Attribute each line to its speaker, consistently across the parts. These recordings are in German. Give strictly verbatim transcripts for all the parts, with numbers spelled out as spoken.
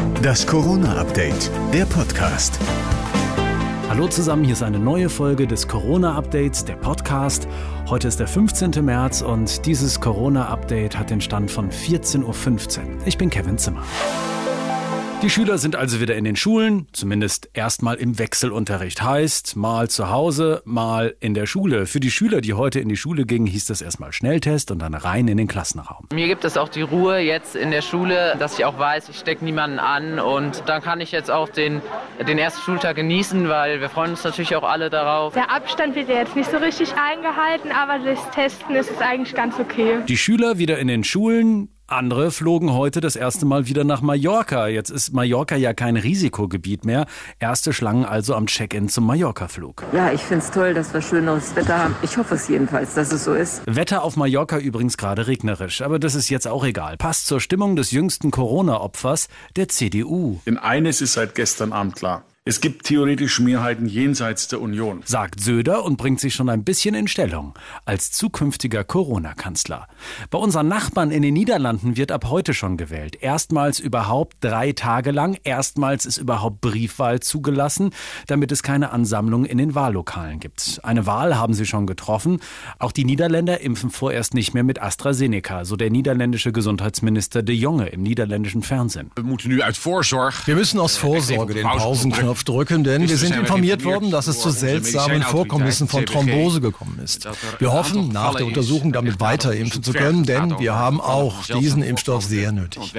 Speaker 1: Das Corona-Update, der Podcast.
Speaker 2: Hallo zusammen, hier ist eine neue Folge des Corona-Updates, der Podcast. Heute ist der fünfzehnten März und dieses Corona-Update hat den Stand von vierzehn Uhr fünfzehn. Ich bin Kevin Zimmer. Die Schüler sind also wieder in den Schulen, zumindest erstmal im Wechselunterricht. Heißt, mal zu Hause, mal in der Schule. Für die Schüler, die heute in die Schule gingen, hieß das erstmal Schnelltest und dann rein in den Klassenraum.
Speaker 3: Mir gibt es auch die Ruhe jetzt in der Schule, dass ich auch weiß, ich stecke niemanden an. Und dann kann ich jetzt auch den, den ersten Schultag genießen, weil wir freuen uns natürlich auch alle darauf.
Speaker 4: Der Abstand wird ja jetzt nicht so richtig eingehalten, aber das Testen ist es eigentlich ganz okay.
Speaker 2: Die Schüler wieder in den Schulen. Andere flogen heute das erste Mal wieder nach Mallorca. Jetzt ist Mallorca ja kein Risikogebiet mehr. Erste Schlangen also am Check-in zum Mallorca-Flug.
Speaker 5: Ja, ich finde es toll, dass wir schönes Wetter haben. Ich hoffe es jedenfalls, dass es so ist.
Speaker 2: Wetter auf Mallorca übrigens gerade regnerisch. Aber das ist jetzt auch egal. Passt zur Stimmung des jüngsten Corona-Opfers, der C D U.
Speaker 6: Denn eines ist seit gestern Abend klar. Es gibt theoretisch Mehrheiten jenseits der Union,
Speaker 2: sagt Söder und bringt sich schon ein bisschen in Stellung als zukünftiger Corona-Kanzler. Bei unseren Nachbarn in den Niederlanden wird ab heute schon gewählt. Erstmals überhaupt drei Tage lang. Erstmals ist überhaupt Briefwahl zugelassen, damit es keine Ansammlung in den Wahllokalen gibt. Eine Wahl haben sie schon getroffen. Auch die Niederländer impfen vorerst nicht mehr mit AstraZeneca, so der niederländische Gesundheitsminister De Jonge im niederländischen Fernsehen.
Speaker 7: Wir müssen aus Vorsorge den Pausenknopf drücken, denn wir sind informiert worden, dass es zu seltsamen Vorkommnissen von Thrombose gekommen ist. Wir hoffen, nach der Untersuchung damit weiter impfen zu können, denn wir haben auch diesen Impfstoff sehr nötig.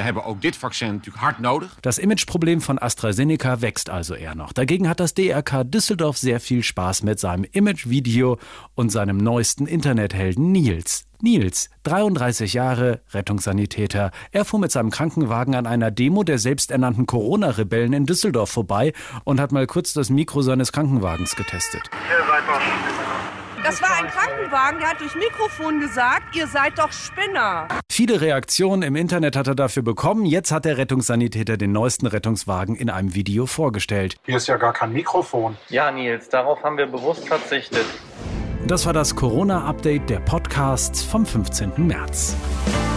Speaker 2: Das Imageproblem von AstraZeneca wächst also eher noch. Dagegen hat das D R K Düsseldorf sehr viel Spaß mit seinem Imagevideo und seinem neuesten Internethelden Nils. Nils, dreiunddreißig Jahre, Rettungssanitäter. Er fuhr mit seinem Krankenwagen an einer Demo der selbsternannten Corona-Rebellen in Düsseldorf vorbei und hat mal kurz das Mikro seines Krankenwagens getestet.
Speaker 8: Das war ein Krankenwagen, der hat durch Mikrofon gesagt, ihr seid doch Spinner.
Speaker 2: Viele Reaktionen im Internet hat er dafür bekommen. Jetzt hat der Rettungssanitäter den neuesten Rettungswagen in einem Video vorgestellt.
Speaker 9: Hier ist ja gar kein Mikrofon.
Speaker 10: Ja, Nils, darauf haben wir bewusst verzichtet.
Speaker 2: Das war das Corona-Update, der Podcast vom fünfzehnten März.